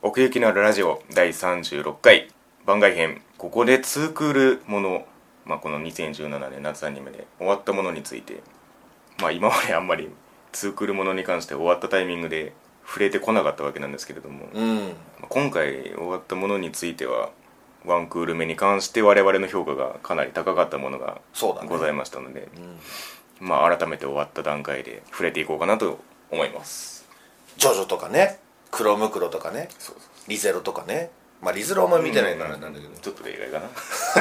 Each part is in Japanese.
奥行きのあるラジオ第36回番外編。ここでツークールもの、この2017年夏アニメで終わったものについて、今まであんまりツークールものに関して終わったタイミングで触れてこなかったわけなんですけれども、今回終わったものについてはワンクール目に関して我々の評価がかなり高かったものがございましたので、改めて終わった段階で触れていこうかなと思います。 ジョジョとかね、クロムクロとかね、リゼロとかね。リゼロはあんまり見てないからなんだけど、 ちょっと例外かな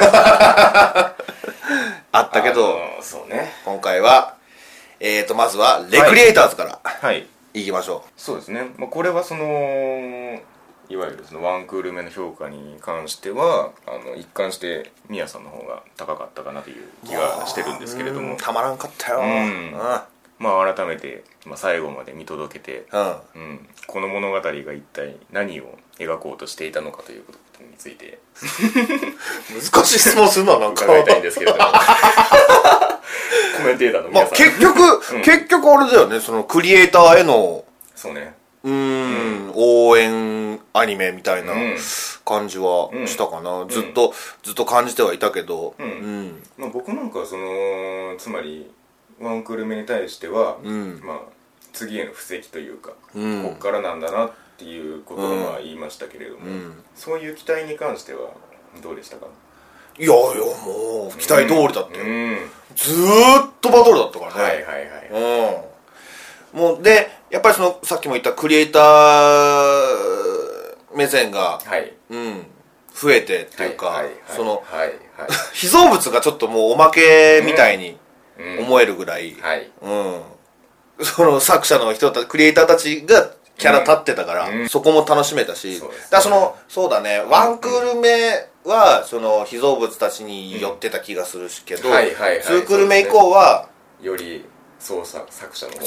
あったけど、 そうね、 今回はまずはレクリエイターズからいきましょう。 そうですね、これはいわゆるそのワンクール目の評価に関しては一貫してミヤさんの方が高かったかなという気がしてるんですけれども、 たまらんかったよ。 改めて、最後まで見届けて、この物語が一体何を描こうとしていたのかということについて難しい質問するのはなんか考えたいんですけれどもコメンテーターの皆さん、 結局あれだよね、そのクリエイターへのそうね、 応援アニメみたいな感じはしたかな、ずっと感じてはいたけど、 僕なんかはつまりワンクール目に対しては、次への布石というか、こっからなんだなっていうことを言いましたけれども、そういう期待に関してはどうでしたか？ いやもう期待通りだったよ、ずーっとバトルだったからね。もうでやっぱりさっきも言ったクリエイター目線が、増えてっていうか、被造物がちょっともうおまけみたいに思えるぐらい、その作者の人たち、クリエイターたちがキャラ立ってたから、そこも楽しめたし、そうだね、ワンクール目はその被造物たちに寄ってた気がするけど、ツークール目以降はより作者の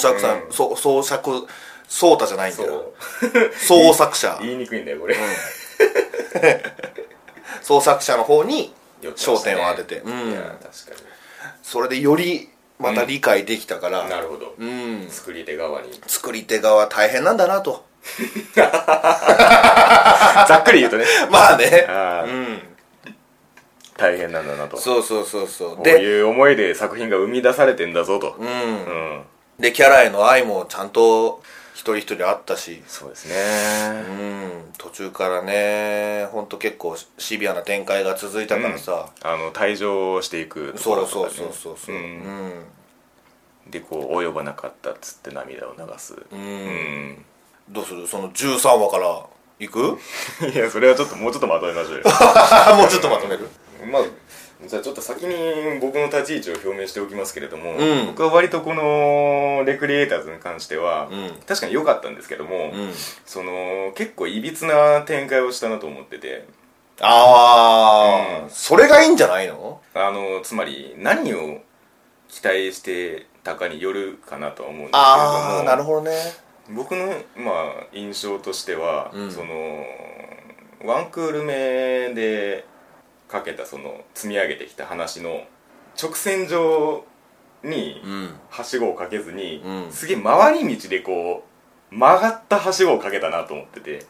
ソータじゃないんだよ、創作者言いにくいんだよこれ、 創作者の方に焦点を当てて、 いや確かにそれでよりまた理解できたから、 なるほど、作り手側大変なんだなとざっくり言うとね大変なんだなと、 そうこういう思いで作品が生み出されてんだぞと、 でキャラへの愛もちゃんと一人一人あったし、 そうですね、 途中からね本当結構シビアな展開が続いたからさ、 退場していくところとかね、で及ばなかったっつって涙を流す、 どうする、その13話からいくいやそれはもうちょっとまとめましょうよもうちょっとまとめる。 じゃあちょっと先に僕の立ち位置を表明しておきますけれども、僕は割とこのレクリエイターズに関しては、確かに良かったんですけども、結構いびつな展開をしたなと思ってて、 それがいいんじゃないの？ つまり何を期待してたかによるかなとは思うんですけれども、 なるほどね。 僕の印象としては、ワンクール目でかけた積み上げてきた話の直線上にはしごをかけずに、すげえ回り道で曲がったはしごをかけたなと思ってて、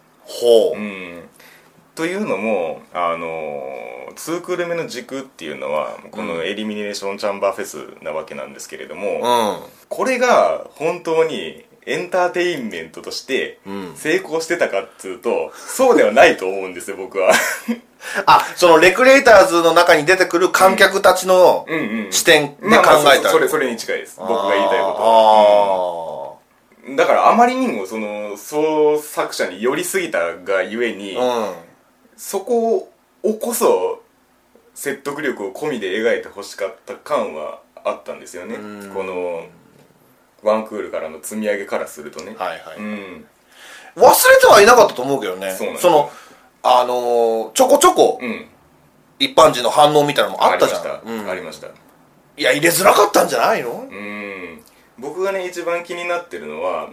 というのも2クール目の軸っていうのはこのエリミネーションチャンバーフェスなわけなんですけれども、これが本当にエンターテインメントとして成功してたかっつうと、そうではないと思うんですよ僕はそのレクリエイターズの中に出てくる観客たちの視点で考えたら、 それに近いです、僕が言いたいことは。だからあまりにも創作者に寄りすぎたがゆえに、そこをこそ説得力を込みで描いてほしかった感はあったんですよね、このワンクールからの積み上げからするとね。 忘れてはいなかったと思うけどね。ちょこちょこ一般人の反応みたいなのもあったじゃん。 ありました。 いや入れづらかったんじゃないの？ 僕がね一番気になってるのは、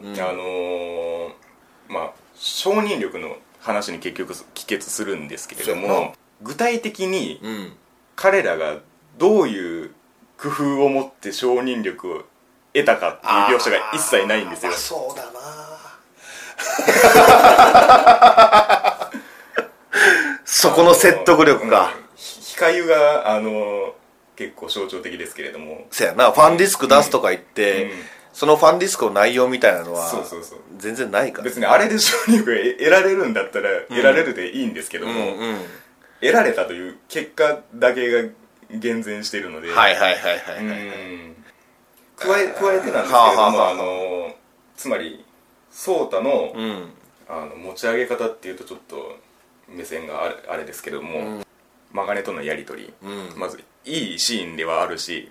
承認力の話に結局帰結するんですけれども、具体的に彼らがどういう工夫を持って承認力を得たかっていう描写が一切ないんですよ。 そうだなこの説得力か、 光が結構象徴的ですけれども、 そやな、ファンディスク出すとか言って、そのファンディスクの内容みたいなのは全然ないから、 別にあれで承認力が得られるんだったら得られるでいいんですけども、得られたという結果だけが厳然しているので、 はいはいはいはいはい、 加えてなんですけれども、つまりソータの、持ち上げ方っていうとちょっと目線があれですけれども、マガネとのやり取り、まずいいシーンではあるし、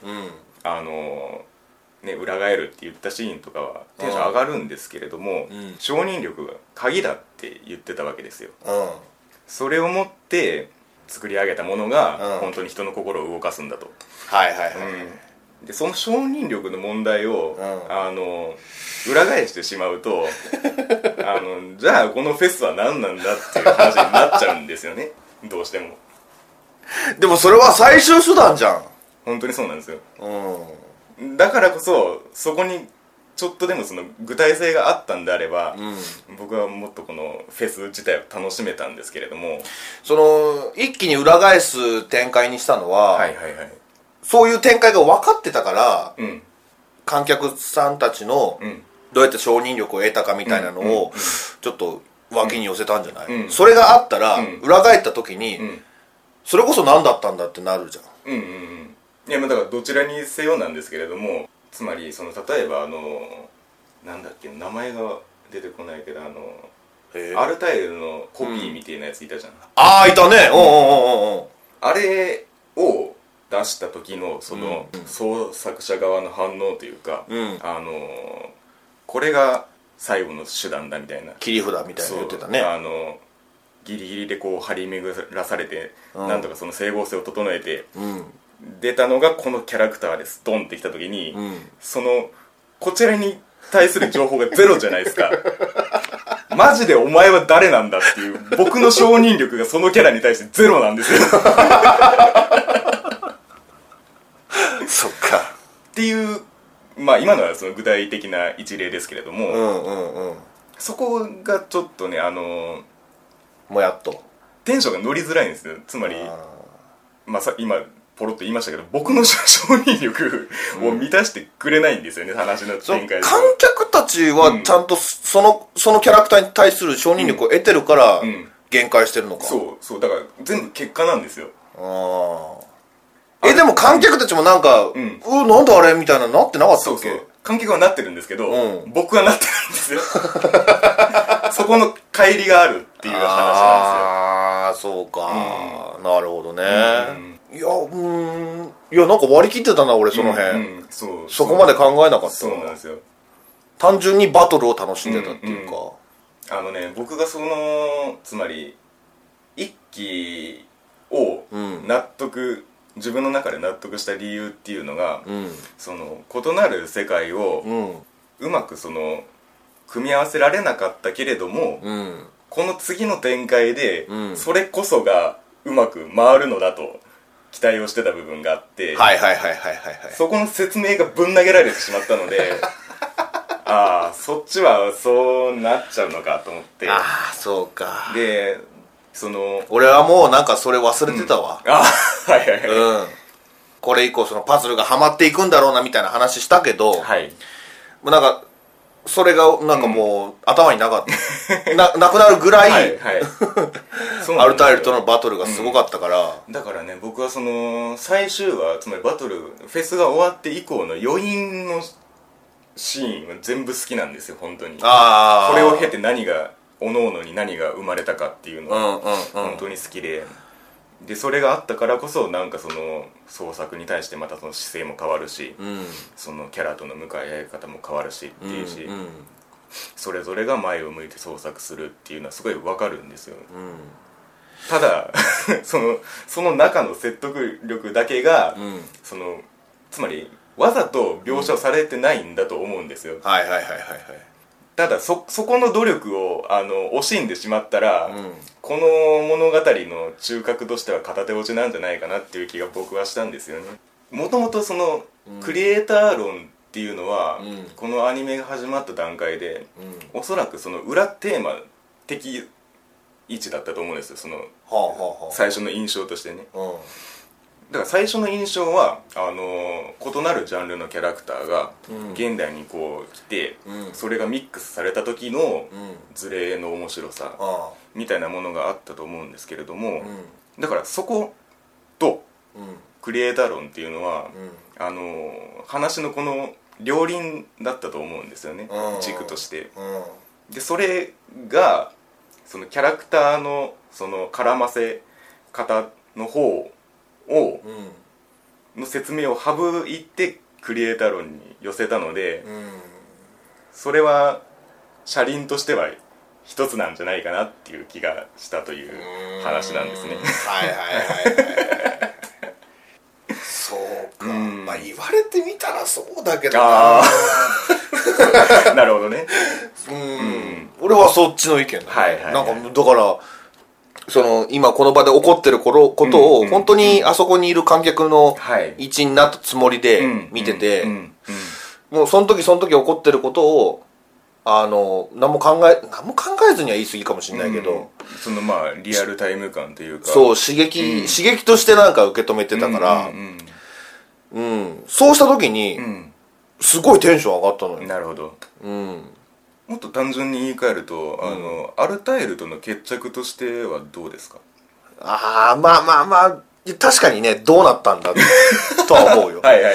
裏返るって言ったシーンとかはテンション上がるんですけれども、承認力が鍵だって言ってたわけですよ。それをもって作り上げたものが本当に人の心を動かすんだと。 はいはいはい、 でその承認力の問題を、裏返してしまうとじゃあこのフェスは何なんだっていう話になっちゃうんですよねどうしても。 でもそれは最終手段じゃん。 本当にそうなんですよ。だからこそそこにちょっとでもその具体性があったんであれば、僕はもっとこのフェス自体を楽しめたんですけれども、 その一気に裏返す展開にしたのは、そういう展開が分かってたから、観客さんたちのどうやって承認力を得たかみたいなのをちょっと脇に寄せたんじゃない、それがあったら、裏返った時に、それこそ何だったんだってなるじゃん。 いやだからどちらにせよなんですけれども、つまりその例えばなんだっけ、名前が出てこないけどアルタイルのコピーみたいなやついたじゃん。 ああいたね。 あれを出した時のその創作者側の反応というか、これが最後の手段だみたいな、 切り札みたいな言ってたね。 ギリギリでこう張り巡らされて、なんとかその整合性を整えて、出たのがこのキャラクターですドンってきた時に、そのこちらに対する情報がゼロじゃないですかマジでお前は誰なんだっていう僕の承認力がそのキャラに対してゼロなんですよそっかっていう、今のはその具体的な一例ですけれども、そこがちょっとねもやっとテンションが乗りづらいんですよ。つまり今ポロッと言いましたけど、僕の承認力を満たしてくれないんですよね、話の展開で。 観客たちはちゃんとそのキャラクターに対する承認力を得てるから限界してるのか。 そうだから全部結果なんですよ。 でも観客たちもなんかなんであれみたいななってなかったっけ。 観客はなってるんですけど、僕はなってないんですよそこの乖離があるっていう話なんですよ。 そうか、なるほどね。いやなんか割り切ってたな俺その辺、そこまで考えなかった。 そうなんですよ。 単純にバトルを楽しんでたっていうか、 僕がつまり一期を自分の中で納得した理由っていうのが、その異なる世界をうまく組み合わせられなかったけれども、この次の展開でそれこそがうまく回るのだと期待をしてた部分があって、そこの説明がぶん投げられてしまったのでそっちはそうなっちゃうのかと思って。 そうか。 で俺はもうなんかそれ忘れてたわ。これ以降そのパズルがはまっていくんだろうなみたいな話したけど、もうなんかそれがなんかもう頭になかったなくなるぐらいアルタイルとのバトルがすごかったから、 だからね、僕は最終話、つまりバトルフェスが終わって以降の余韻のシーンは全部好きなんですよ本当に。これを経て各々に何が生まれたかっていうのは本当に好きで、それがあったからこそなんか創作に対してまたその姿勢も変わるし、そのキャラとの向かい合い方も変わるしっていうし、それぞれが前を向いて創作するっていうのはすごい分かるんですよ。ただその中の説得力だけが、つまりわざと描写されてないんだと思うんですよ。ただそこの努力を惜しんでしまったら、この物語の中核としては片手落ちなんじゃないかなっていう気が僕はしたんですよね。もともとクリエイター論っていうのは、このアニメが始まった段階で、おそらく裏テーマ的位置だったと思うんですよ、その、 はあはあはあ、 最初の印象としてね。 うん、 だから最初の印象は異なるジャンルのキャラクターが現代にこう来て、 うん、 それがミックスされた時のうんズレの面白さあみたいなものがあったと思うんですけれども、 うんだからそことうんクリエイター論っていうのは、 うん話のこの両輪だったと思うんですよね、 うん軸として。 うんでそれがそのキャラクターのその絡ませ方の方をうんの説明を省いてクリエイター論に寄せたので、 うんそれは車輪としては一つなんじゃないかなっていう気がしたという話なんですね。 はいはいはいはいそうか、まあ言われてみたらそうだけどな。 なるほどね。 俺はそっちの意見だ、ね、 はいはいはい、 なんかだからその今この場で起こってることを本当にあそこにいる観客の一員になったつもりで見てて、もうその時その時起こってることを何も考えずには言い過ぎかもしれないけど、 そのまあリアルタイム感というか、 そう刺激としてなんか受け止めてたから、そうした時に、すごいテンション上がったのよ。 なるほど。もっと単純に言い換えると、アルタイルとの決着としてはどうですか？ まあ確かにね、どうなったんだとは思うよ。 はいはい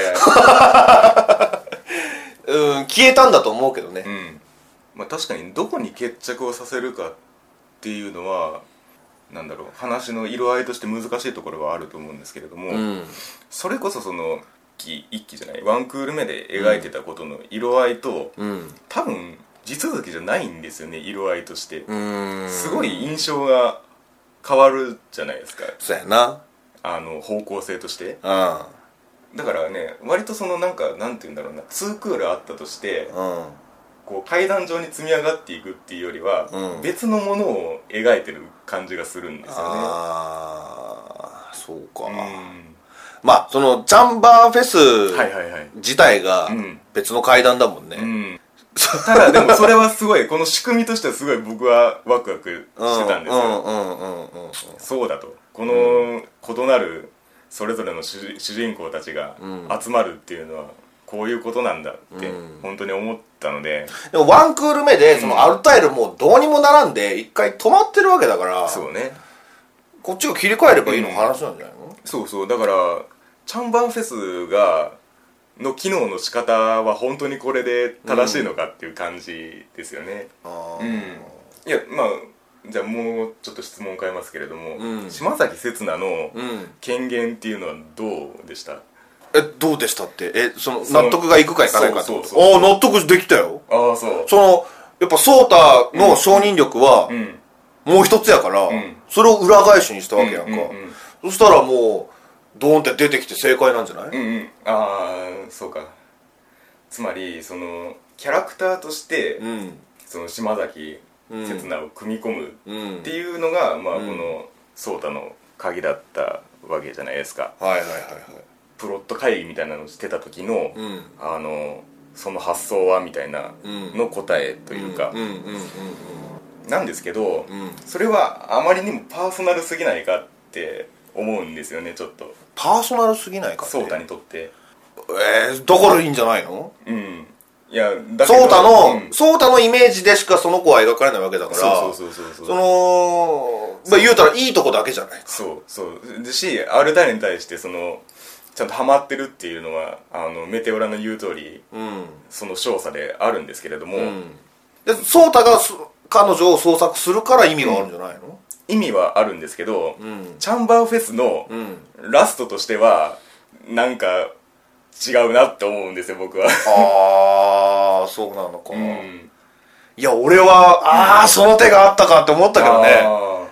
はい。消えたんだと思うけどね。 まあ確かにどこに決着をさせるかっていうのはなんだろう、話の色合いとして難しいところはあると思うんですけれども、それこそその一期じゃないワンクール目で描いてたことの色合いと、多分地続きじゃないんですよね、色合いとして。すごい印象が変わるじゃないですか。 そうやな。 方向性として。だからね、割とそのなんて言うんだろうな、2クールあったとして、こう階段状に積み上がっていくっていうよりは、別のものを描いてる感じがするんですよね。 そうか。まあそのチャンバーフェス自体が別の階段だもんね。 ただでもそれはすごいこの仕組みとしてはすごい僕はワクワクしてたんですよ。そうだと、この異なるそれぞれの主人公たちが集まるっていうのはこういうことなんだって本当に思ったので、 でもワンクール目でそのアルタイルもうどうにもならんで一回止まってるわけだから、 そうね、 こっちが切り替えればいいの話なんじゃないの？ そうそう、だからチャンバーフェスの機能の仕方は本当にこれで正しいのかっていう感じですよね。いやまあじゃあもうちょっと質問変えますけれども、島崎刹那の権限っていうのはどうでした？ どうでしたって、その納得がいくかいかないかってこと？納得できたよ。そのやっぱソータの承認力はもう一つやから、それを裏返しにしたわけやんか。そしたらもうドーンって出てきて正解なんじゃない？ そうか。つまりそのキャラクターとして、その島崎刹那を組み込むっていうのが、まあこのソータの鍵だったわけじゃないですか。プロット会議みたいなのをしてた時の、その発想はみたいなの答えというかなんですけど、それはあまりにもパーソナルすぎないかって思うんですよね。ちょっとパーソナルすぎないかって、 ソータにとって。 だからいいんじゃないの？ いやだけどソータのイメージでしかその子は描かれないわけだから、その言うたらいいとこだけじゃないか。 そうでし、アルタイルに対してそのちゃんとハマってるっていうのはメテオラの言う通り、その少佐であるんですけれども、 でソータが彼女を捜索するから意味があるんじゃないの？ 意味はあるんですけど、チャンバーフェスのラストとしてはなんか違うなって思うんですよ、僕は。 そうなのかな。いや俺はその手があったかって思ったけどね。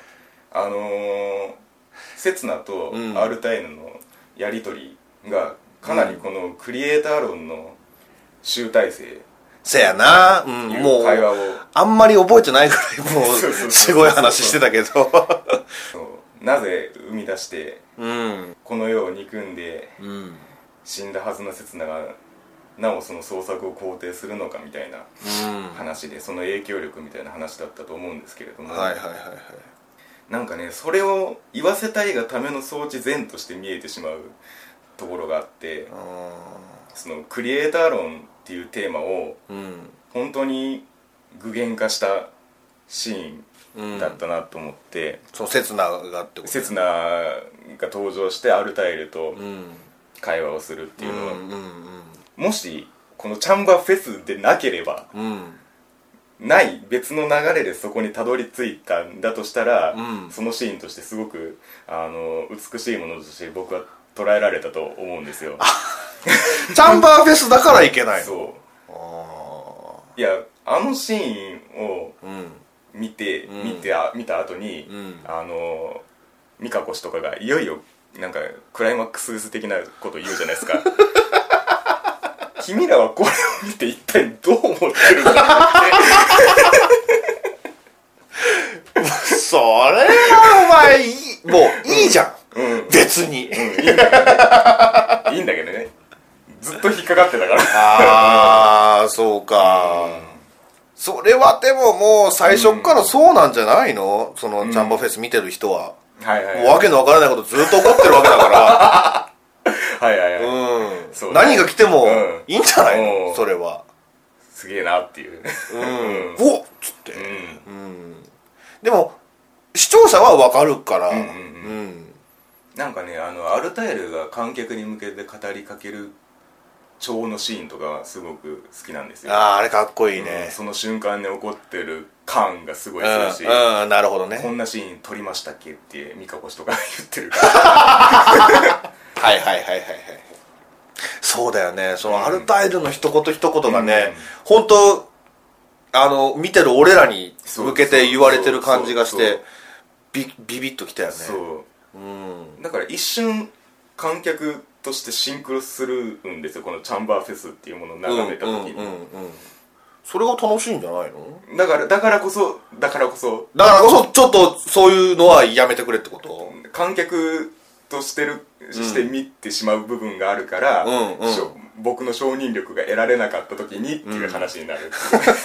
刹那とアルタイルのやり取りがかなりこのクリエイター論の集大成、 せやな、もうあんまり覚えてないぐらいもうすごい話してたけどなぜ生み出して、この世を憎んで、死んだはずの刹那がなおその創作を肯定するのかみたいな話で、その影響力みたいな話だったと思うんですけれども、 なんかねそれを言わせたいがための装置善として見えてしまうところがあって、そのクリエイター論っていうテーマを本当に具現化したシーンだったなと思って、 その刹那がってこと、 刹那が登場してアルタイルと会話をするっていうのは、もしこのチャンバーフェスでなければ、ない別の流れでそこにたどり着いたんだとしたら、そのシーンとしてすごく美しいものとして僕は捉えられたと思うんですよ。 チャンバーフェスだからいけないの。 そう。いやあのシーンを見た後に、美香子氏とかがいよいよなんかクライマックス的なこと言うじゃないですか。君らはこれを見て一体どう思ってるんだってそれはお前もういいじゃん、別に、いいんだけどね、ずっと引っかかってたから。 ああそうか、それはでももう最初からそうなんじゃないの、そのチャンバーフェス見てる人は、もうわけのわからないことずっと怒ってるわけだからはいはいはい、 そう、何が来てもいいんじゃないの、それはすげえなっていう、 おっつって、でも視聴者はわかるから、 なんかねアルタイルが観客に向けて語りかける蝶のシーンとかすごく好きなんですよ。 あれかっこいいね、 その瞬間に起こってる感がすごいするし、 なるほどね、 こんなシーン撮りましたっけって美香子氏とか言ってるからはいはいはいはいはい、そうだよね、そのアルタイルの一言一言がね、本当見てる俺らに向けて言われてる感じがしてビビッときたよね。そう、 だから一瞬観客としてシンクロするんですよ、このチャンバーフェスっていうものを眺めた時に、 それが楽しいんじゃないの。 だからこそちょっとそういうのはやめてくれってこと。 観客として見てしまう部分があるから、僕の承認力が得られなかった時にっていう話になる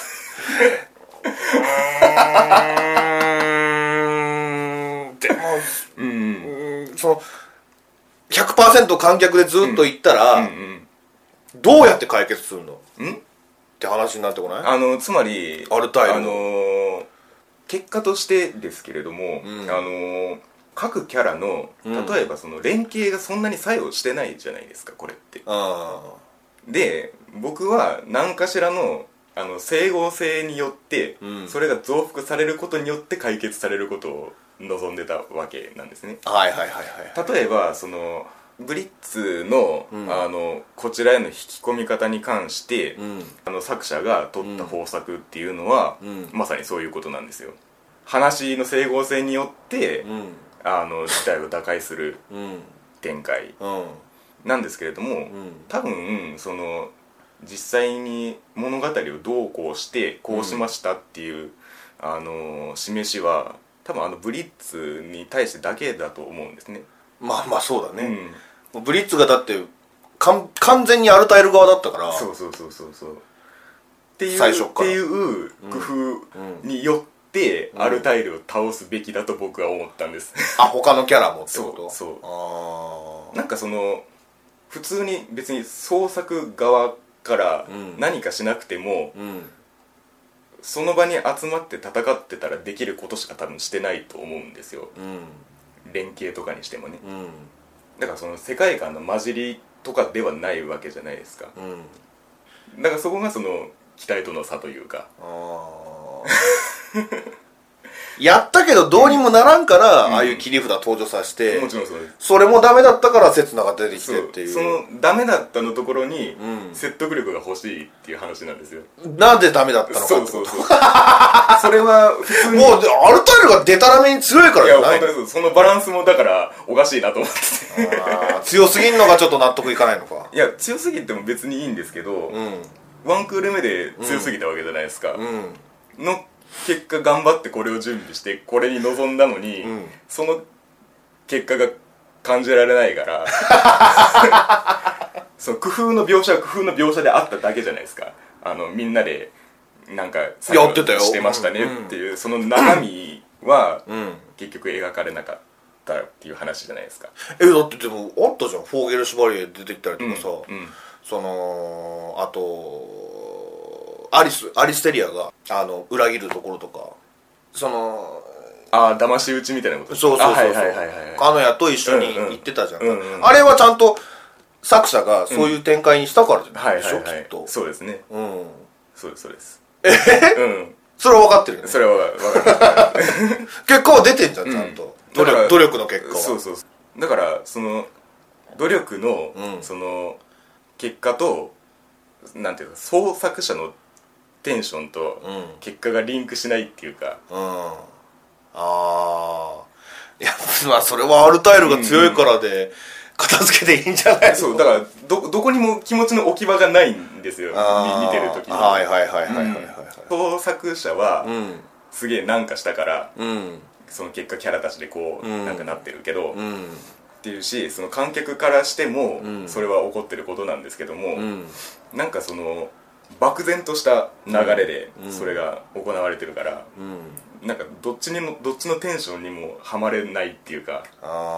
でもその 100% 観客でずっと行ったら、どうやって解決するのって話になってこない？ つまりアルタイル結果としてですけれども、各キャラの例えばその連携がそんなに作用してないじゃないですか、これって。で僕は何かしらの整合性によって、それが増幅されることによって解決されることを望んでたわけなんですね。例えばそのブリッツの、こちらへの引き込み方に関して、作者が取った方策っていうのは、まさにそういうことなんですよ。話の整合性によって、事態を打開する展開なんですけれども、多分その実際に物語をどうこうしてこうしましたっていう、示しは多分ブリッツに対してだけだと思うんですね。 まあそうだね、ブリッツがだって完全にアルタイル側だったから。そうっていう工夫によってアルタイルを倒すべきだと僕は思ったんです。 他のキャラもってこと？ そうなんかその普通に別に創作側から何かしなくても、その場に集まって戦ってたらできることしか多分してないと思うんですよ、連携とかにしてもね、だからその世界観の混じりとかではないわけじゃないですか、だからそこがその期待との差というかやったけどどうにもならんから、ああいう切り札登場させて、 もちろんそうです。 それもダメだったから刹那が出てきてっていう、 そのダメだったのところに説得力が欲しいっていう話なんですよ。 なんでダメだったのかってこと。 それは普通にもうアルタイルがデタラメに強いからじゃない。 いや本当にそのバランスもだからおかしいなと思ってて強すぎんのがちょっと納得いかないのか。 いや強すぎても別にいいんですけど、ワンクール目で強すぎたわけじゃないですか、の結果頑張ってこれを準備してこれに臨んだのに、その結果が感じられないからその工夫の描写は工夫の描写であっただけじゃないですか。みんなでなんかやってたよしてましたねっていう、その中身は、結局描かれなかったっていう話じゃないですか。 だってでもあったじゃん、フォーゲル・シュバリエ出てきたりとかさ、そのあとアリステリアが裏切るところとか、その騙し討ちみたいなこと。 そうカノヤと一緒に行ってたじゃん、あれはちゃんと作者がそういう展開にしたからじゃないでしょ、きっと。 そうですね。そうですそれは分かってるよね。 それは分かる。 結果は出てんじゃん、ちゃんと。努力の結果は。 そうだからその努力のその結果と、なんていうか、創作者のテンションと結果がリンクしないっていうか。 いや、まあそれはアルタイルが強いからで片付けていいんじゃないの。 そうだからどこにも気持ちの置き場がないんですよ、見てる時に。創作者はすげえなんかしたから、その結果キャラたちでこうなんかなってるけど、っていうし、その観客からしてもそれは起こってることなんですけども、なんかその漠然とした流れでそれが行われてるから、なんかどっちのテンションにもはまれないっていうか。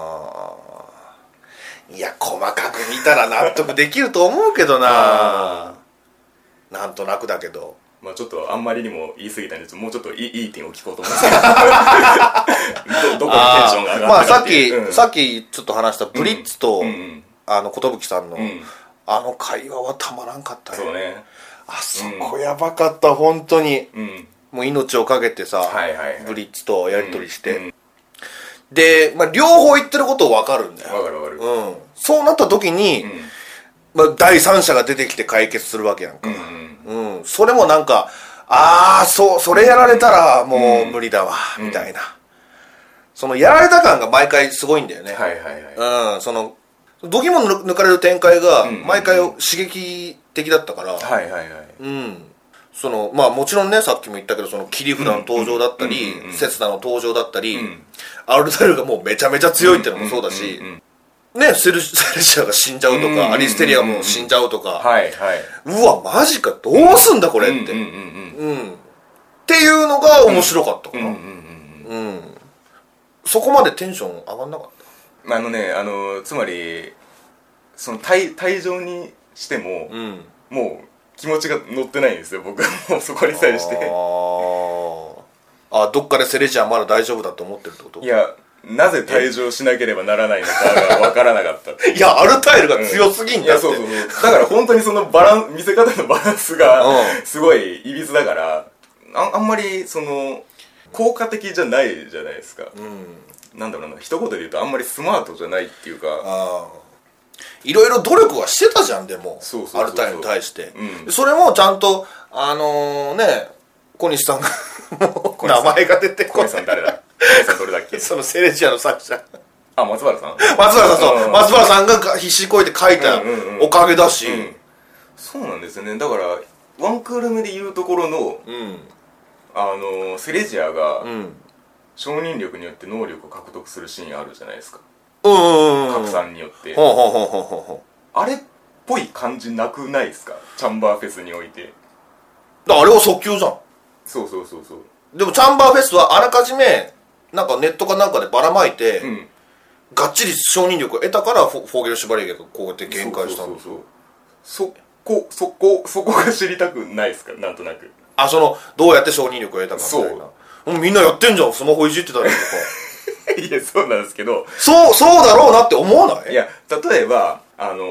いや、細かく見たら納得できると思うけどな。なんとなくだけど、 まあちょっとあんまりにも言い過ぎたんですけど、もうちょっといい点を聞こうと思うんですけどどこにテンションが上がったかっていう。 さっきちょっと話したブリッツと寿さんの会話はたまらんかったね。 そうね。 あそこやばかった、本当に。もう命をかけてさ、ブリッツとやり取りして、で、両方言ってること分かるんだよ。 分かる。 そうなった時に、第三者が出てきて解決するわけやんか。それもなんか、それやられたらもう無理だわ、みたいな。そのやられた感が毎回すごいんだよね。その度肝抜かれる展開が毎回刺激的だったから。そのもちろんね、さっきも言ったけど、その切り札の登場だったり、セツナの登場だったり、アルタイルがもうめちゃめちゃ強いってのもそうだし、ね、セルシアが死んじゃうとか、アリステリアも死んじゃうとか、うわマジか、どうすんだこれって、っていうのが面白かったかな。そこまでテンション上がんなかった。 つまりその退場にしても、もう気持ちが乗ってないんですよ、僕は。もうそこに対して。 どっかでセレジアまだ大丈夫だと思ってるってこと？ いや、なぜ退場しなければならないのかが分からなかったいや、アルタイルが強すぎんだって。 そうだから本当にその見せ方のバランスがすごいいびつだから、あんまりその効果的じゃないじゃないですか。なんだろうな、一言で言うとあんまりスマートじゃないっていうか。 いろいろ努力はしてたじゃん、でもアルタイルに対して、それもちゃんと小西さんが名前が出てこない。 小西さん誰だ？小西さんどれだっけ？ そのセレジアの作者。 松原さんそう、松原さんが必死こいて書いたおかげだし。 そうなんですよね。だからワンクール目で言うところのセレジアが承認力によって能力を獲得するシーンあるじゃないですか。拡散によってあれっぽい感じなくないですか、チャンバーフェスにおいて。 あれは即興じゃん。 そうでもチャンバーフェスはあらかじめなんかネットかなんかでばらまいて、がっちり承認力を得たからフォーゲル・シュバリエがこうやって限界したんですよ。 そこが知りたくないですか、なんとなく。 どうやって承認力を得たかみたいな。みんなやってんじゃん、スマホいじってたりとかいや、そうなんですけど、 そうだろうなって思わない？ いや、例えば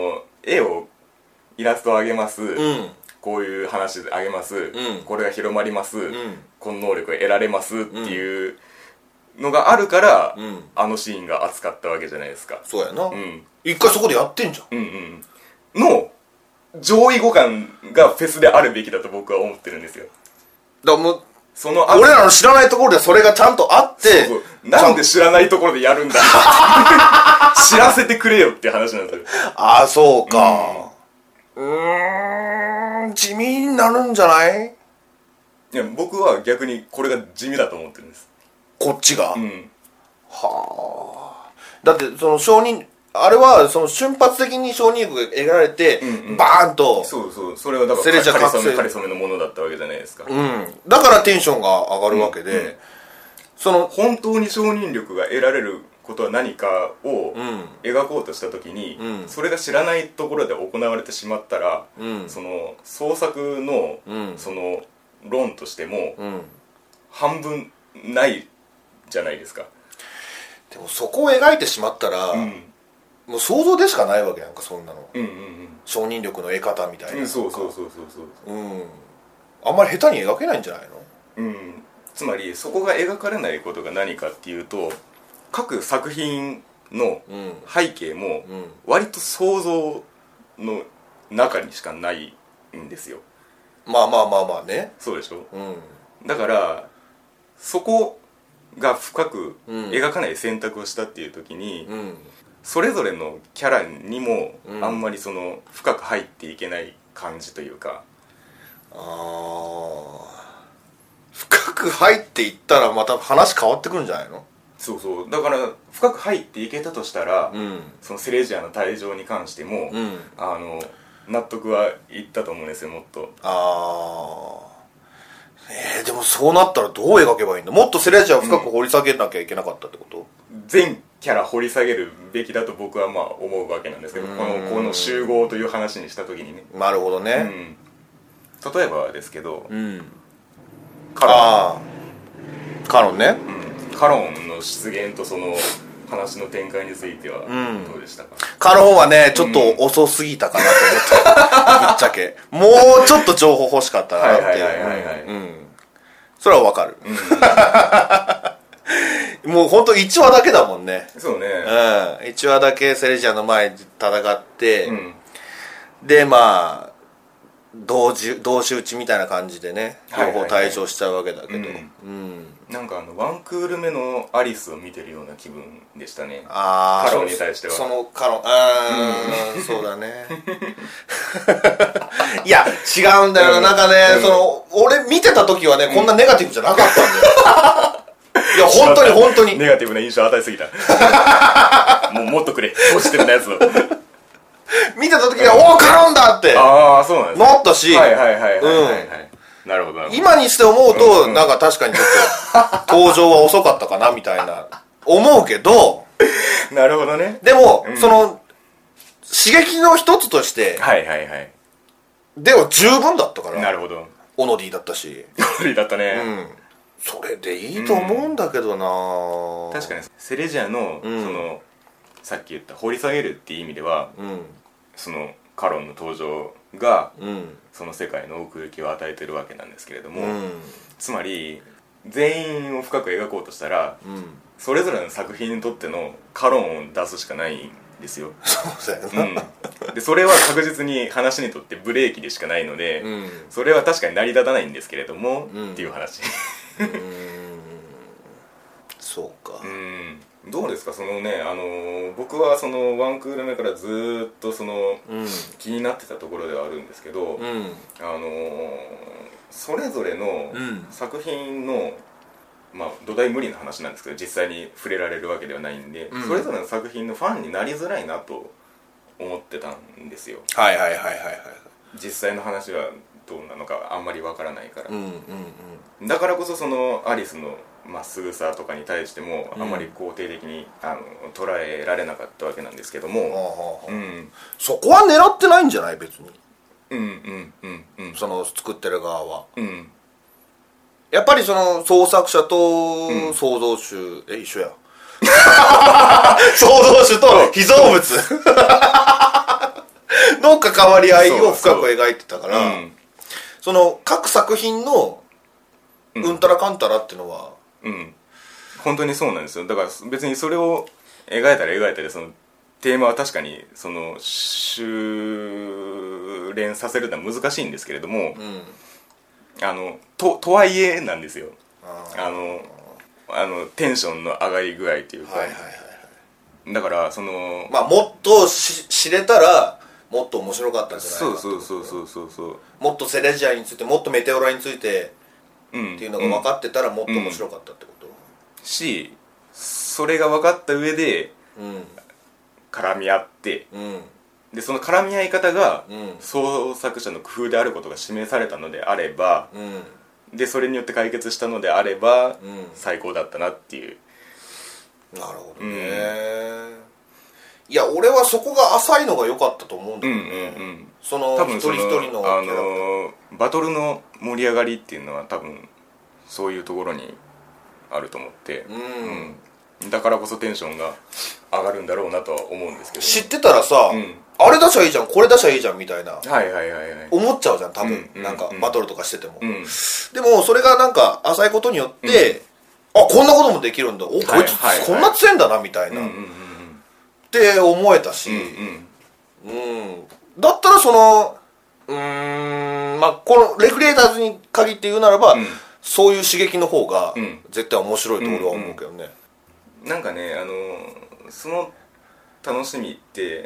イラストをあげます、こういう話であげます、これが広まります、この能力が得られますっていうのがあるから、あのシーンが熱かったわけじゃないですか。 そうやな、一回そこでやってんじゃん、 の上位互換がフェスであるべきだと僕は思ってるんですよ。 だからもう俺らの知らないところでそれがちゃんとあって、 なんで知らないところでやるんだ知らせてくれよっていう話なんですよ。 そうか。地味になるんじゃない？ いや、僕は逆にこれが地味だと思ってるんです、 こっちが。だってその承認、あれはその瞬発的に承認力が得られて、バーンと。 それはだからかりそめのものだったわけじゃないですか。 だからテンションが上がるわけで、 その本当に承認力が得られることは何かを描こうとした時に、それが知らないところで行われてしまったら、その創作のその論としても半分ないじゃないですか。 でもそこを描いてしまったら、もう想像でしかないわけやんか、そんなの、承認力の得方みたいな、 そうあんまり下手に描けないんじゃないの？ つまりそこが描かれないことが何かっていうと、各作品の背景も割と想像の中にしかないんですよ。 まあね。 そうでしょ、だからそこが深く描かない選択をしたっていう時に、それぞれのキャラにもあんまりその深く入っていけない感じというか、 深く入っていったらまた話変わってくるんじゃないの？ そうだから深く入っていけたとしたら、そのセレジアの退場に関しても、納得はいったと思うんですよ、もっと。 でもそうなったらどう描けばいいんだ？もっとセレジアを深く掘り下げなきゃいけなかったってこと？ 全キャラ掘り下げるべきだと僕はまあ思うわけなんですけど、この集合という話にした時にね。 なるほどね、 例えばですけど、 カロンね、 カロンの出現とその話の展開についてはどうでしたか？ カロンはねちょっと遅すぎたかなと思ったぶっちゃけもうちょっと情報欲しかったなっていう。それはわかる、もうほんと1話だけだもんね。 そうね、 1話だけセレジアの前で戦って、でまあ同士討ちみたいな感じでね、両方退場しちゃうわけだけど、 なんかワンクール目のアリスを見てるような気分でしたね。 カロンに対してはそのカロンそうだねいや違うんだよな、なんかね、その俺見てた時はね、こんなネガティブじゃなかったんだよいや本当にネガティブな印象与えすぎたもっとくれ、ポジティブなやつを見てた時にはおおカロンだってそうなんです、 なったし、 なるほど。 今にして思うと、なんか確かにちょっと登場は遅かったかなみたいな思うけどなるほどね。 でも、その刺激の一つとしてでは十分だったから。 なるほど。 オノディだったしオノディだったね、 それでいいと思うんだけどな、 確かにセレジアの、そのさっき言った掘り下げるっていう意味では、そのカロンの登場が、その世界の奥行きを与えてるわけなんですけれども、つまり全員を深く描こうとしたら、それぞれの作品にとってのカロンを出すしかないんですよ。 そうだよな、 でそれは確実に話にとってブレーキでしかないので、それは確かに成り立たないんですけれども、っていう話そうか。 どうですか、そのね、僕はそのワンクール目からずっとその、気になってたところではあるんですけど、それぞれの作品の、まあ土台無理な話なんですけど、実際に触れられるわけではないんで、それぞれの作品のファンになりづらいなと思ってたんですよ。実際の話はどうなのかあんまりわからないから、だからこそそのアリスのまっすぐさとかに対してもあんまり肯定的に捉えられなかったわけなんですけども、 そこは狙ってないんじゃない別に。その作ってる側は、やっぱりその創作者と創造主、一緒や創造主と被造物の関わり合いを深く描いてたから、その各作品のうんたらかんたらっていうのは、 本当にそうなんですよ。だから別にそれを描いたら描いたり、そのテーマは確かにその修練させるのは難しいんですけれども、とはいえなんですよ。テンションの上がり具合というか、だからそのまあもっと知れたらもっと面白かったんじゃないか。 そうもっとセレジアについて、もっとメテオラについてっていうのが分かってたらもっと面白かったってこと、 し、それが分かった上で絡み合って、でその絡み合い方が創作者の工夫であることが示されたのであれば、 でそれによって解決したのであれば、 うん、 最高だったなっていう。 なるほどね、いや俺はそこが浅いのが良かったと思うんだけどね、その多分一人一人のバトルの盛り上がりっていうのは多分そういうところにあると思って、だからこそテンションが上がるんだろうなとは思うんですけど、 知ってたらさ、あれ出しゃいいじゃんこれ出しゃいいじゃんみたいな思っちゃうじゃん多分、なんかバトルとかしてても、でもそれがなんか浅いことによって、あこんなこともできるんだおこいつこんな強いんだなみたいな、って思えたし、だったらそのまあこのレクリエイターズに限って言うならば、そういう刺激の方が絶対面白いと俺は思うけどね、 なんかねその楽しみって、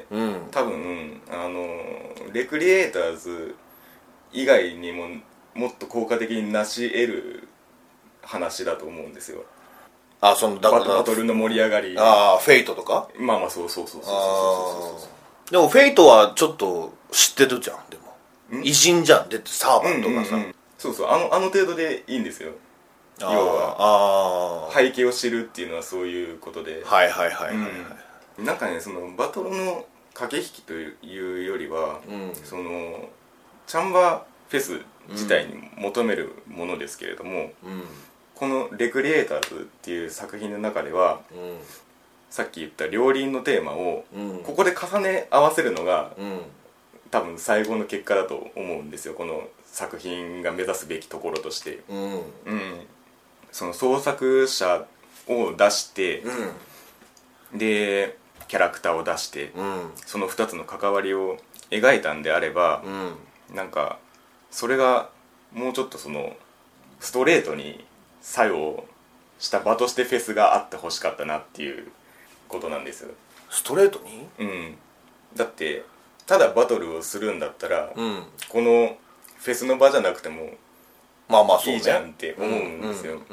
多分レクリエイターズ以外にももっと効果的に成し得る話だと思うんですよ。 そのだからバトルの盛り上がり、 フェイトとか、 まあそうでもフェイトはちょっと知ってるじゃん。でも偉人じゃん。でサーバンとかさ、 そうあの程度でいいんですよ。要は背景を知るっていうのはそういうことで、なんかねそのバトルの駆け引きというよりは、そのチャンバーフェス自体に求めるものですけれども、このレクリエイターズっていう作品の中では、さっき言った両輪のテーマをここで重ね合わせるのが、多分最後の結果だと思うんですよ。この作品が目指すべきところとして、その創作者を出して、でキャラクターを出して、その2つの関わりを描いたんであれば、なんかそれがもうちょっとそのストレートに作用した場としてフェスがあってほしかったなっていうことなんですよ。 ストレートに？ だってただバトルをするんだったら、このフェスの場じゃなくてもいいじゃんって思うんですよ。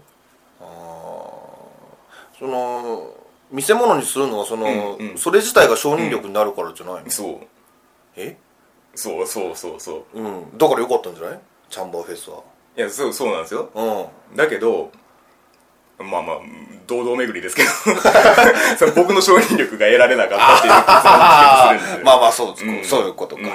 その見せ物にするのはその、それ自体が承認力になるからじゃないの？ そうだからよかったんじゃない？チャンバーフェスは。 いやそうなんですよ、だけどまあ堂々巡りですけどその僕の承認力が得られなかったっていう結論にするんですよ。 そういうことか、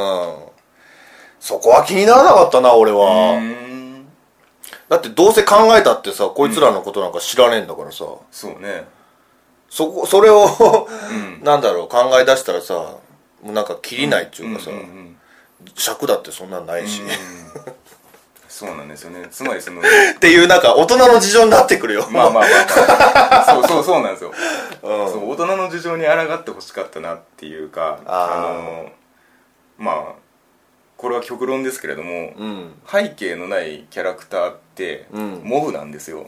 そこは気にならなかったな俺は。だってどうせ考えたってさこいつらのことなんか知らねえんだからさ、 そうね、 それをなんだろう考え出したらさもうなんか切りないっていうかさ、尺だってそんなんないしそうなんですよね。つまりそのっていうなんか大人の事情になってくるよ。 そうなんですよ、そう大人の事情に抗ってほしかったなっていうか、まあこれは極論ですけれども、背景のないキャラクターってモブなんですよ。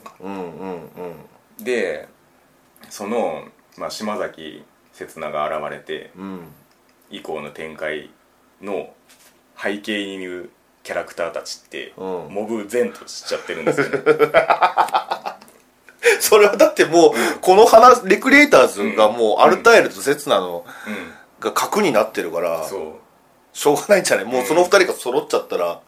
でその、島崎刹那が現れて、以降の展開の背景にいるキャラクターたちって、モブ前としちゃってるんですよねそれはだってもう、このレクリエイターズがもうアルタイルと刹那の、が核になってるから、しょうがないんじゃない？もうその二人が揃っちゃったら、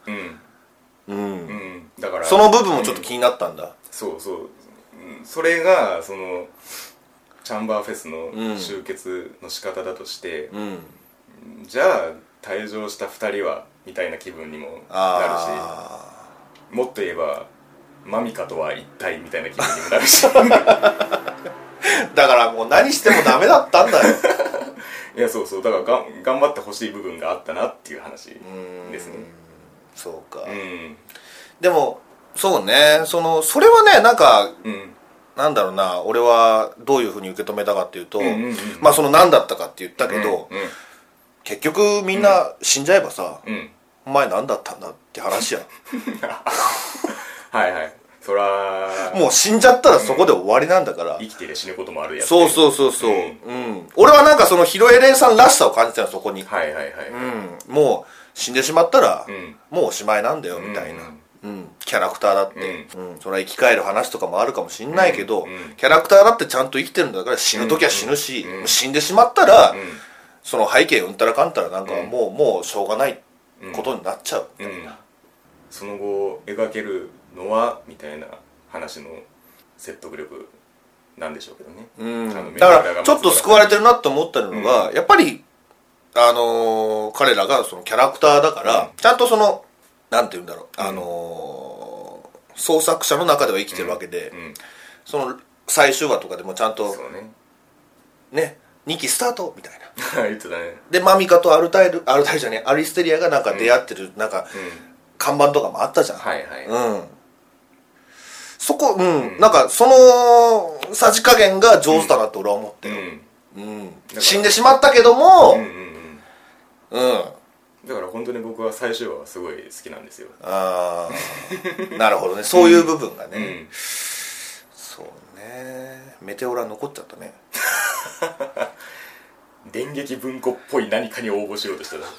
だからその部分もちょっと気になったんだ。 それがそのチャンバーフェスの集結の仕方だとして、じゃあ退場した2人はみたいな気分にもなるし、もっと言えばマミカとは一体みたいな気分にもなるしだからもう何してもダメだったんだよいやそうだから頑張ってほしい部分があったなっていう話ですね。 そうか、でもそうねそれはねなんか、なんだろうな俺はどういうふうに受け止めたかっていうと、その何だったかって言ったけど、結局みんな死んじゃえばさ、お前何だったんだって話やそらもう死んじゃったらそこで終わりなんだから、 生きてりゃ死ぬこともあるやつ。 そう、俺はなんかそのヒロエレンさんらしさを感じたのそこに。もう死んでしまったら、もうおしまいなんだよみたいな、キャラクターだって、それは生き返る話とかもあるかもしんないけど、キャラクターだってちゃんと生きてるんだから死ぬ時は死ぬし、死んでしまったら、その背景うんたらかんたらなんかもうしょうがないことになっちゃうみたいな、 その後描けるのはみたいな話の説得力なんでしょうけどね。 だからちょっと救われてるなと思ったのが、やっぱり彼らがそのキャラクターだから、ちゃんとそのなんていうんだろう、創作者の中では生きてるわけで、その最終話とかでもちゃんとね2期スタートみたいな言ってたね。でマミカとアルタイルじゃねえ、アリステリアがなんか出会ってるなんか、看板とかもあったじゃん。そこなんかそのさじ加減が上手だなって俺は思ってる。死んでしまったけどもだから本当に僕は最終話はすごい好きなんですよ。 ああなるほどね、そういう部分がね、そうね。メテオラ残っちゃったね電撃文庫っぽい何かに応募しようとしてた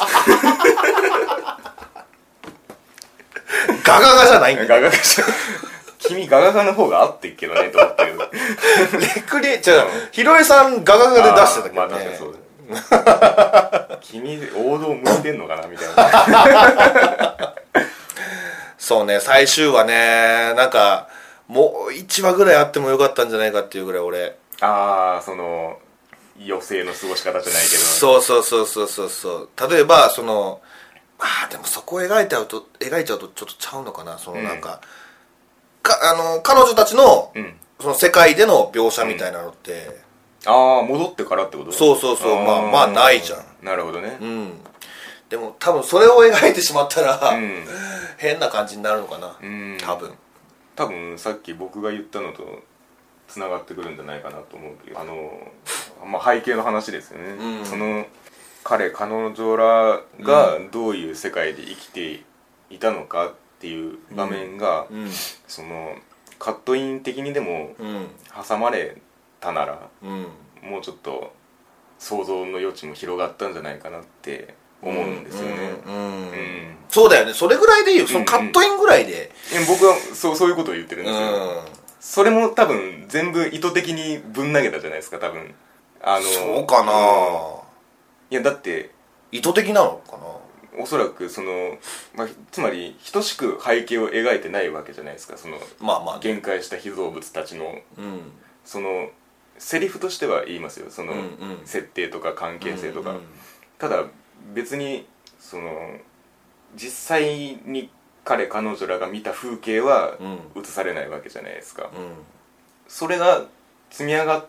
ガガガじゃないんだ。 ガガガじゃ君ガガガの方が合ってっけどねと思ったけどレクリエじゃあひろえさんガガガで出してたけどね。 まあ確かにそうだ君王道向いてんのかなみたいなそうね、最終話ね、なんかもう1話ぐらいあってもよかったんじゃないかっていうぐらい俺その余生の過ごし方じゃないけど、 そう例えばそのでもそこを描いちゃうとちょっとちゃうのかな、そのなんか、彼女たちの、その世界での描写みたいなのって、 戻ってからってこと？ そうまあないじゃん。 なるほどね。 でも多分それを描いてしまったら、変な感じになるのかな。 多分さっき僕が言ったのとつながってくるんじゃないかなと思うけど、背景の話ですよね。その彼女らがどういう世界で生きていたのかっていう場面が、そのカットイン的にでも挟まれたなら、もうちょっと想像の余地も広がったんじゃないかなって思うんですよね。 そうだよね、それぐらいでいいよ、そのカットインぐらいで。 僕はそういうことを言ってるんですよ。それも多分全部意図的にぶん投げたじゃないですか、多分。 そうかな。 いやだって意図的なのかな。 おそらくその、つまり等しく背景を描いてないわけじゃないですか、その限界した被造物たちの、そのセリフとしては言いますよ、その設定とか関係性とか。ただ別にその実際に彼女らが見た風景は映されないわけじゃないですか。それが積み上がって、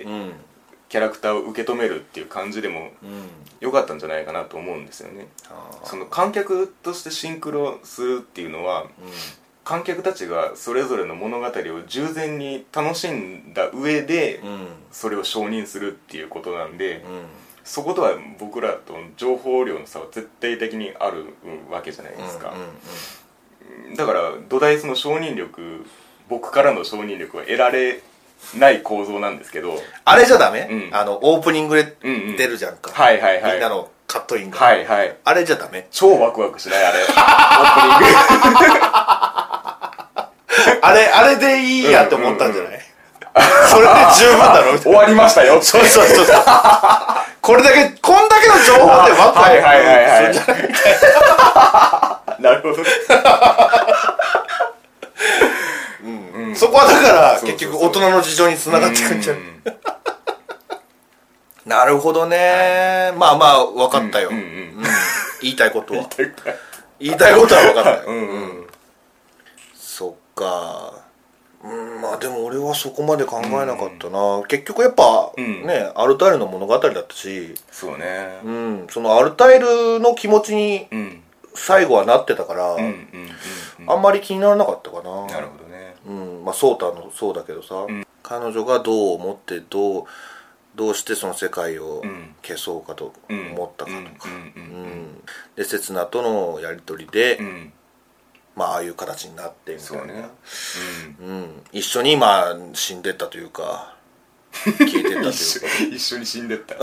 キャラクターを受け止めるっていう感じでも良かったんじゃないかなと思うんですよね。その観客としてシンクロするっていうのは、観客たちがそれぞれの物語を従前に楽しんだ上で、それを承認するっていうことなんで、そことは僕らとの情報量の差は絶対的にあるわけじゃないですか。だから土台その承認力、僕からの承認力は得られない構造なんですけど、あれじゃダメ？オープニングで出るじゃんか、みんなのカットインが、あれじゃダメ？ 超ワクワクしない？あれオープニングあれでいいやって思ったんじゃない？それで十分だろみたいな。 終わりましたよ。 そうこんだけの情報でワクワクするんじゃないみたいな。 なるほど。 そこはだから結局大人の事情につながってくんじゃん。なるほどね。まあ分かったよ。言いたいことは分かったよ。そっか。まあでも俺はそこまで考えなかったな。結局やっぱね、アルタイルの物語だったし、 そうね。 そのアルタイルの気持ちに最後はなってたから、あんまり気にならなかったかな。 なるほどね。 ソータのそうだけどさ、彼女がどう思ってどうしてその世界を消そうかと思ったかとか、で刹那とのやり取りで、ああいう形になってみたいな、一緒に死んでったというか消えてったというか一緒に死んでった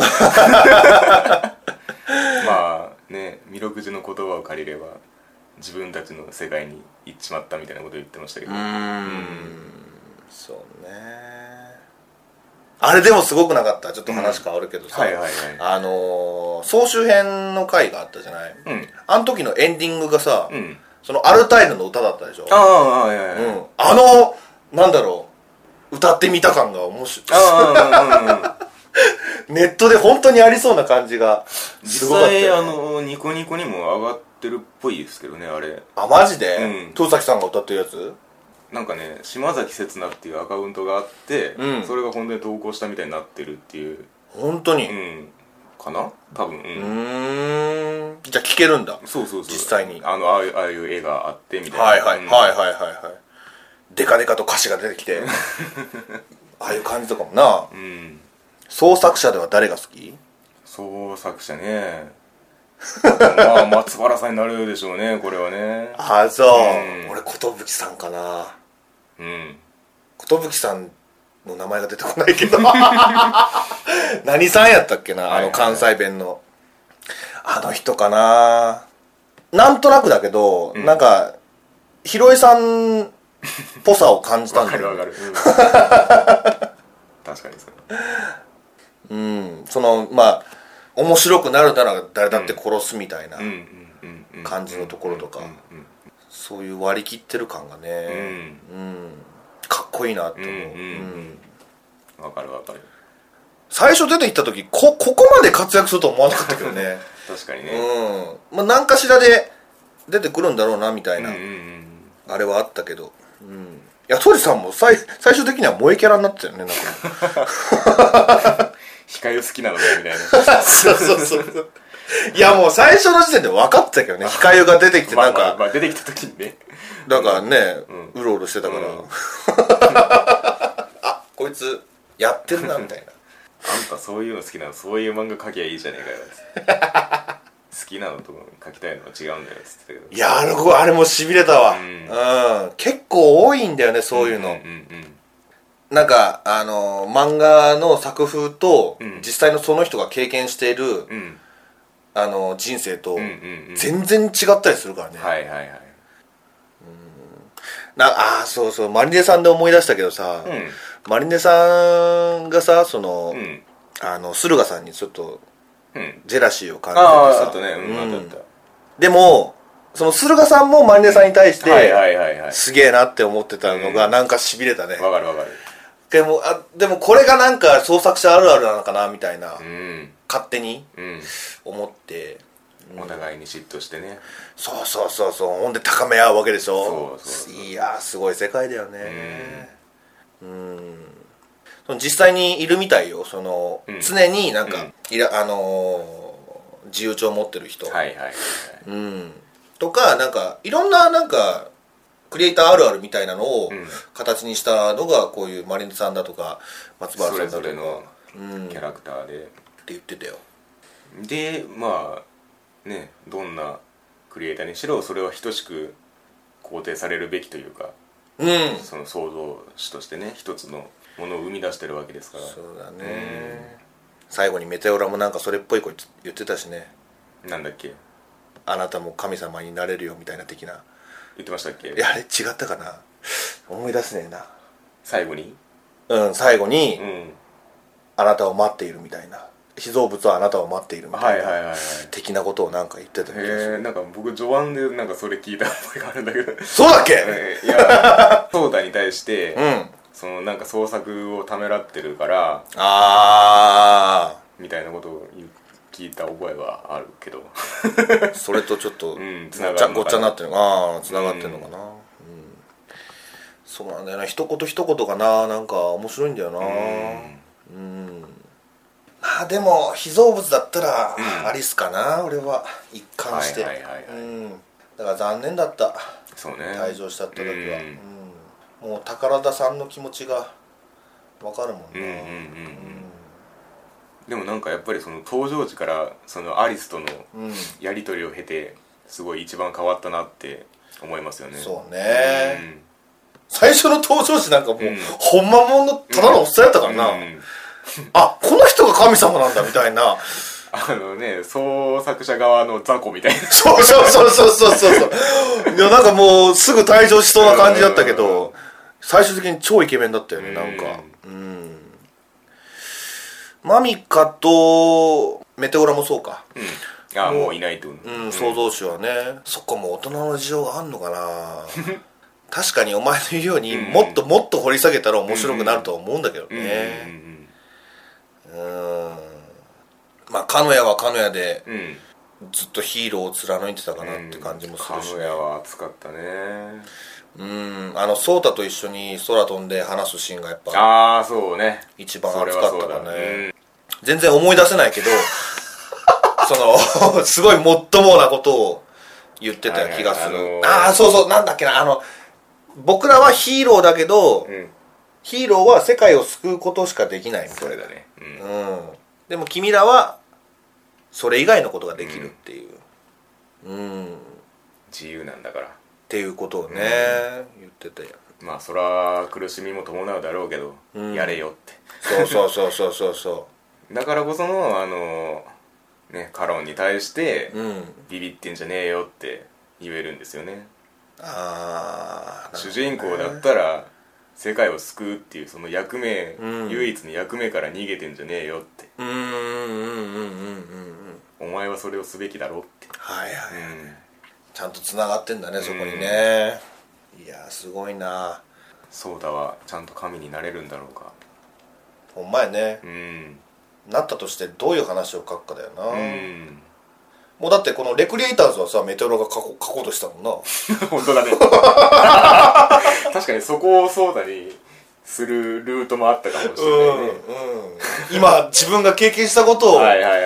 弥勒寺の言葉を借りれば自分たちの世界に行っちまったみたいなことを言ってましたけど、 そうね。あれでもすごくなかった？ちょっと話変わるけどさ、総集編の回があったじゃない、あの時のエンディングがさ、 そのアルタイルの歌だったでしょ。 はいはい、 なんだろう、歌ってみた感が面白い。ネットで本当にありそうな感じがすごかったよね。 実際ニコニコにも上がってるっぽいですけどね、あれ。 あ、マジで？遠崎さんが歌ってるやつ？ なんかね、島崎刹那っていうアカウントがあって、それが本当に投稿したみたいになってるっていう。 本当に？ かな多分。 じゃあ聴けるんだ。 そう実際にああいう絵があってみたいな。 はい。デカデカと歌詞が出てきてああいう感じとかもな。創作者では誰が好き？ 創作者ねまあ松原さんになるでしょうね、これはね。 あ、そう、俺寿さんかな。寿さんの名前が出てこないけど何さんやったっけな、関西弁のあの人かな。なんとなくだけど、なんかひろえさんっぽさを感じたんだよね。わかる確かにそれ。 そのまあ面白くなるなら誰だって殺すみたいな感じのところとか、そういう割り切ってる感がね、かっこいいなって思う。 わかる。 最初出てきた時ここまで活躍すると思わなかったけどね確かにね。 まあ何かしらで出てくるんだろうなみたいな、あれはあったけど、いやトリさんも最終的には萌えキャラになってたよね、なんか光好きなのねみたいなそういやもう最初の時点で分かってたけどね、光が出てきてなんか出てきた時にね、 だからね、うろうろしてたから、あ、こいつやってるなみたいなあんたそういうの好きなの、そういう漫画描きゃいいじゃねえかよ好きなのと描きたいのは違うんだよっつってたけど、 いやあれもしびれたわ。結構多いんだよね、そういうの。なんか漫画の作風と、実際のその人が経験している、人生と全然違ったりするからね。そうマリネさんで思い出したけどさ、マリネさんがさ、その、駿河さんにちょっとジェラシーを感じててさ、でもその駿河さんもマリネさんに対してすげえなって思ってたのがなんかしびれたね。 わかるでもこれがなんか創作者あるあるなのかなみたいな、勝手に思って、 お互いに嫉妬してね。 そうほんで高め合うわけでしょ。いやすごい世界だよね。実際にいるみたいよ、その、常になんか、自由帳を持ってる人とか、なんかいろんななんかクリエイターあるあるみたいなのを形にしたのがこういうマリネさんだとか松原さんだとか、 それぞれのキャラクターでって言ってたよ。 でまあね、どんなクリエイターにしろそれは等しく肯定されるべきというか、その創造主としてね、一つのものを生み出してるわけですから。 そうだね。最後にメテオラもなんかそれっぽいこと言ってたしね。 なんだっけ、 あなたも神様になれるよみたいな的な言ってましたっけ。 いやあれ違ったかな、思い出せねえな。 最後に最後に、あなたを待っているみたいな、被造物はあなたを待っているみたいな的なことをなんか言ってた気がする。 なんか僕序盤でなんかそれ聞いた覚えがあるんだけどそうだっけ。 いやソーダに対して、そのなんか創作をためらってるからみたいなことを聞いた覚えはあるけどそれとちょっとごっちゃになってるつながってるのかな。そうなんだよな、一言一言がなんか面白いんだよな。でも被造物だったらアリスかな、俺は一貫して。だから残念だった。 そうね、 退場したって時は、もう宝田さんの気持ちが分かるもんな。 でもなんかやっぱりその登場時からそのアリスとのやり取りを経てすごい一番変わったなって思いますよね。 そうね、最初の登場時なんかもう、ほんまもんのただのおっさんやったからな、あ、この人が神様なんだみたいな創作者側の雑魚みたいなそういやなんかもうすぐ退場しそうな感じだったけど、最終的に超イケメンだったよね、なんか。マミカとメテオラもそうか、 もういないと、 創造主はね、そっか、もう大人の事情があんのかな確かにお前の言うように、もっともっと掘り下げたら面白くなるとは思うんだけどね。まあ鹿屋は鹿屋で、ずっとヒーローを貫いてたかなって感じもするし、 鹿屋は熱かったね。 颯太と一緒に空飛んで話すシーンがやっぱそうね、 一番熱かったかね。全然思い出せないけどすごいもっともなことを言ってた気がする。そうそう、なんだっけな、僕らはヒーローだけど、ヒーローは世界を救うことしかできないみたいな。 それだね。 でも君らはそれ以外のことができるっていう、 自由なんだからっていうことをね、言ってて、 まあそら苦しみも伴うだろうけど、やれよって。 そうだからこそのね、カロンに対して、ビビってんじゃねえよって言えるんですよね。主人公だったら世界を救うっていうその役目、唯一の役目から逃げてんじゃねえよって、お前はそれをすべきだろって。 ちゃんとつながってんだね、そこにね。いやすごいな。 ソーダはちゃんと神になれるんだろうか。 ほんまやね。なったとしてどういう話を書くかだよな。もうだってこのレクリエイターズはさ、メテオラが書こうとしたもんな。 本当だね確かにそこをソーダにするルートもあったかもしれないね。 今自分が経験したことをある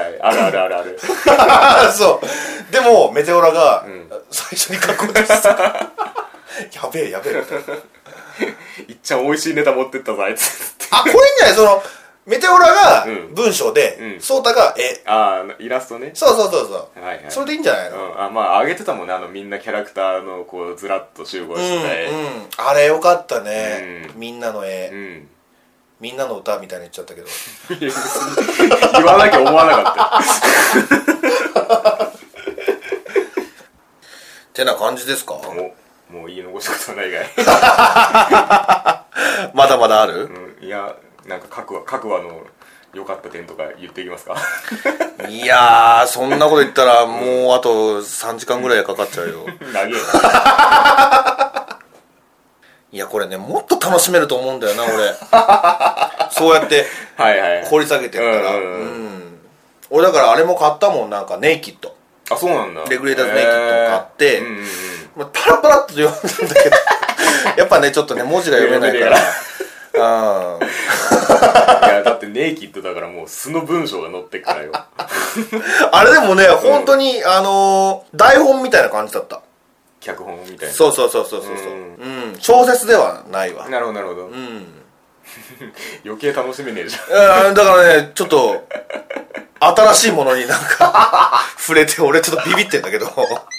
そうでもメテオラが最初に書こうとしたやべえいっちゃん美味しいネタ持ってったぞあいつこれいいんじゃない？メテオラが文章で、ソータが絵。 イラストね。 そう。それでいいんじゃないの？ まあ上げてたもんね、みんなキャラクターのこうずらっと集合した絵。 あれよかったね。みんなの絵。みんなの歌みたいに言っちゃったけど。 言わなきゃ思わなかった。 てな感じですか？ もう言い残したことはないがい。 まだまだある？ いや、なんか各話の良かった点とか言っていきますか？ いやー、そんなこと言ったらもうあと3時間ぐらいかかっちゃうよ。 長えな。 いやこれね、もっと楽しめると思うんだよな俺。そうやって掘り下げてるから。俺だからあれも買ったもん、なんかネイキッド。 そうなんだ。 レグレーターズネイキッドも買って、パラパラっと読んだんだけどやっぱねちょっとね文字が読めないからいやだってネイキッドだからもう素の文章が載ってっからよ。 あれでもね、本当に台本みたいな感じだった。 脚本みたいな。 そう小説ではないわ。 なるほど。余計楽しめねえじゃん。だからねちょっと新しいものになんか触れて、俺ちょっとビビってんだけど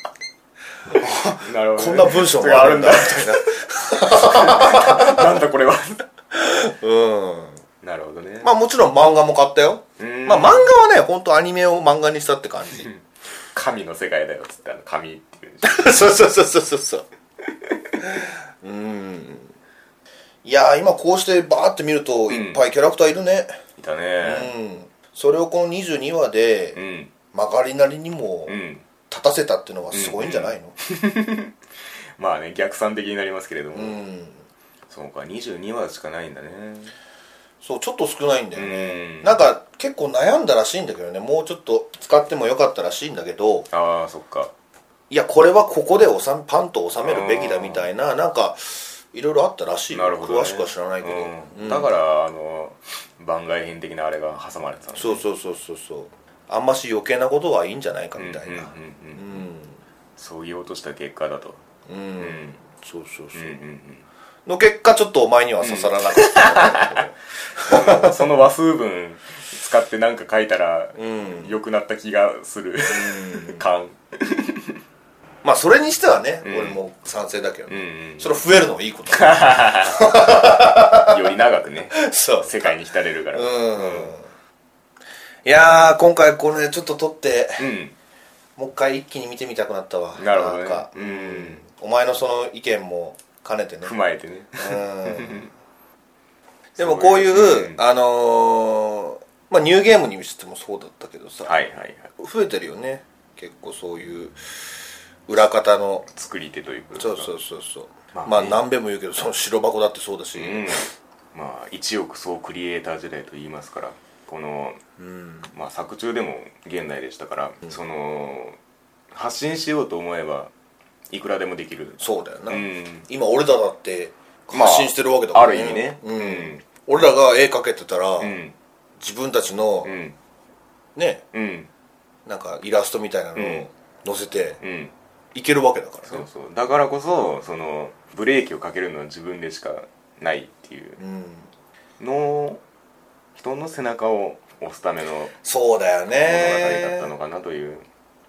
なるほど、ね、 こんな文章もあるんだみたいな。なんだこれは。なるほどね。 まあもちろん漫画も買ったよ。まあ漫画はね、本当アニメを漫画にしたって感じ。 神の世界だよっつって神っていう。 そういや今こうしてバーって見るといっぱいキャラクターいるね。 いたね。 それをこの22話で曲がりなりにも立たせたっていうのはすごいんじゃないの？ まあね、逆算的になりますけれども、そうか、22話しかないんだね。 そう、ちょっと少ないんだよね。なんか結構悩んだらしいんだけどね、もうちょっと使ってもよかったらしいんだけど、 そっか。 いやこれはここでパンと収めるべきだみたいな、なんかいろいろあったらしいよ。 なるほどね、 詳しくは知らないけど、 だから番外編的なあれが挟まれてたんだね。 そうあんまし余計なことはいいんじゃないかみたいな、 そう言おうとした結果だと。 そうの結果ちょっとお前には刺さらなかったんだけどその話数分使って何か書いたら良くなった気がする感。 まあそれにしてはね、俺も賛成だけどね、それ増えるのはいいことだより長くねそう世界に浸れるから。 いやー今回これちょっと撮って、もう一回一気に見てみたくなったわ。 なるほどね。 なんかお前のその意見も兼ねてね、 踏まえてね。 でもこういうまあニューゲームにしてもそうだったけどさ、増えてるよね。 結構そういう裏方の作り手というか、 そう、まあ何べんも言うけど、その白箱だってそうだし、 まあ一億総クリエイター時代と言いますから、この、まあ作中でも現代でしたから、その発信しようと思えばいくらでもできる。 そうだよな、今俺らだって発信してるわけだからね、ある意味ね、 俺らが絵描けてたら、自分たちの、ね、なんかイラストみたいなのを載せて、いけるわけだからね。 そうだからこそ、そのブレーキをかけるのは自分でしかないっていうのを、人の背中を押すためのそうだよね、 物語だったのかなという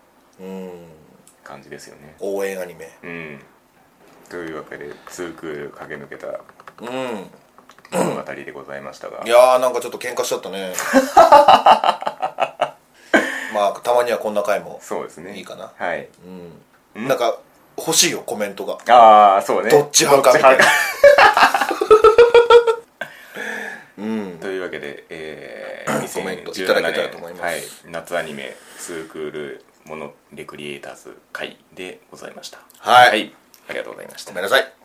感じですよね。 応援アニメ、 というわけで2クール駆け抜けた物語でございましたが、 いやーなんかちょっと喧嘩しちゃったねまあたまにはこんな回もそうですね、 いいかな。 はい、 なんか欲しいよコメントが。 ああそうね、 どっち派かみたいなというわけで、 コメントいただけたらと思います。 はい、夏アニメ2クールモノレクリエイターズ会でございました。 はい、 ありがとうございました。 ごめんなさい。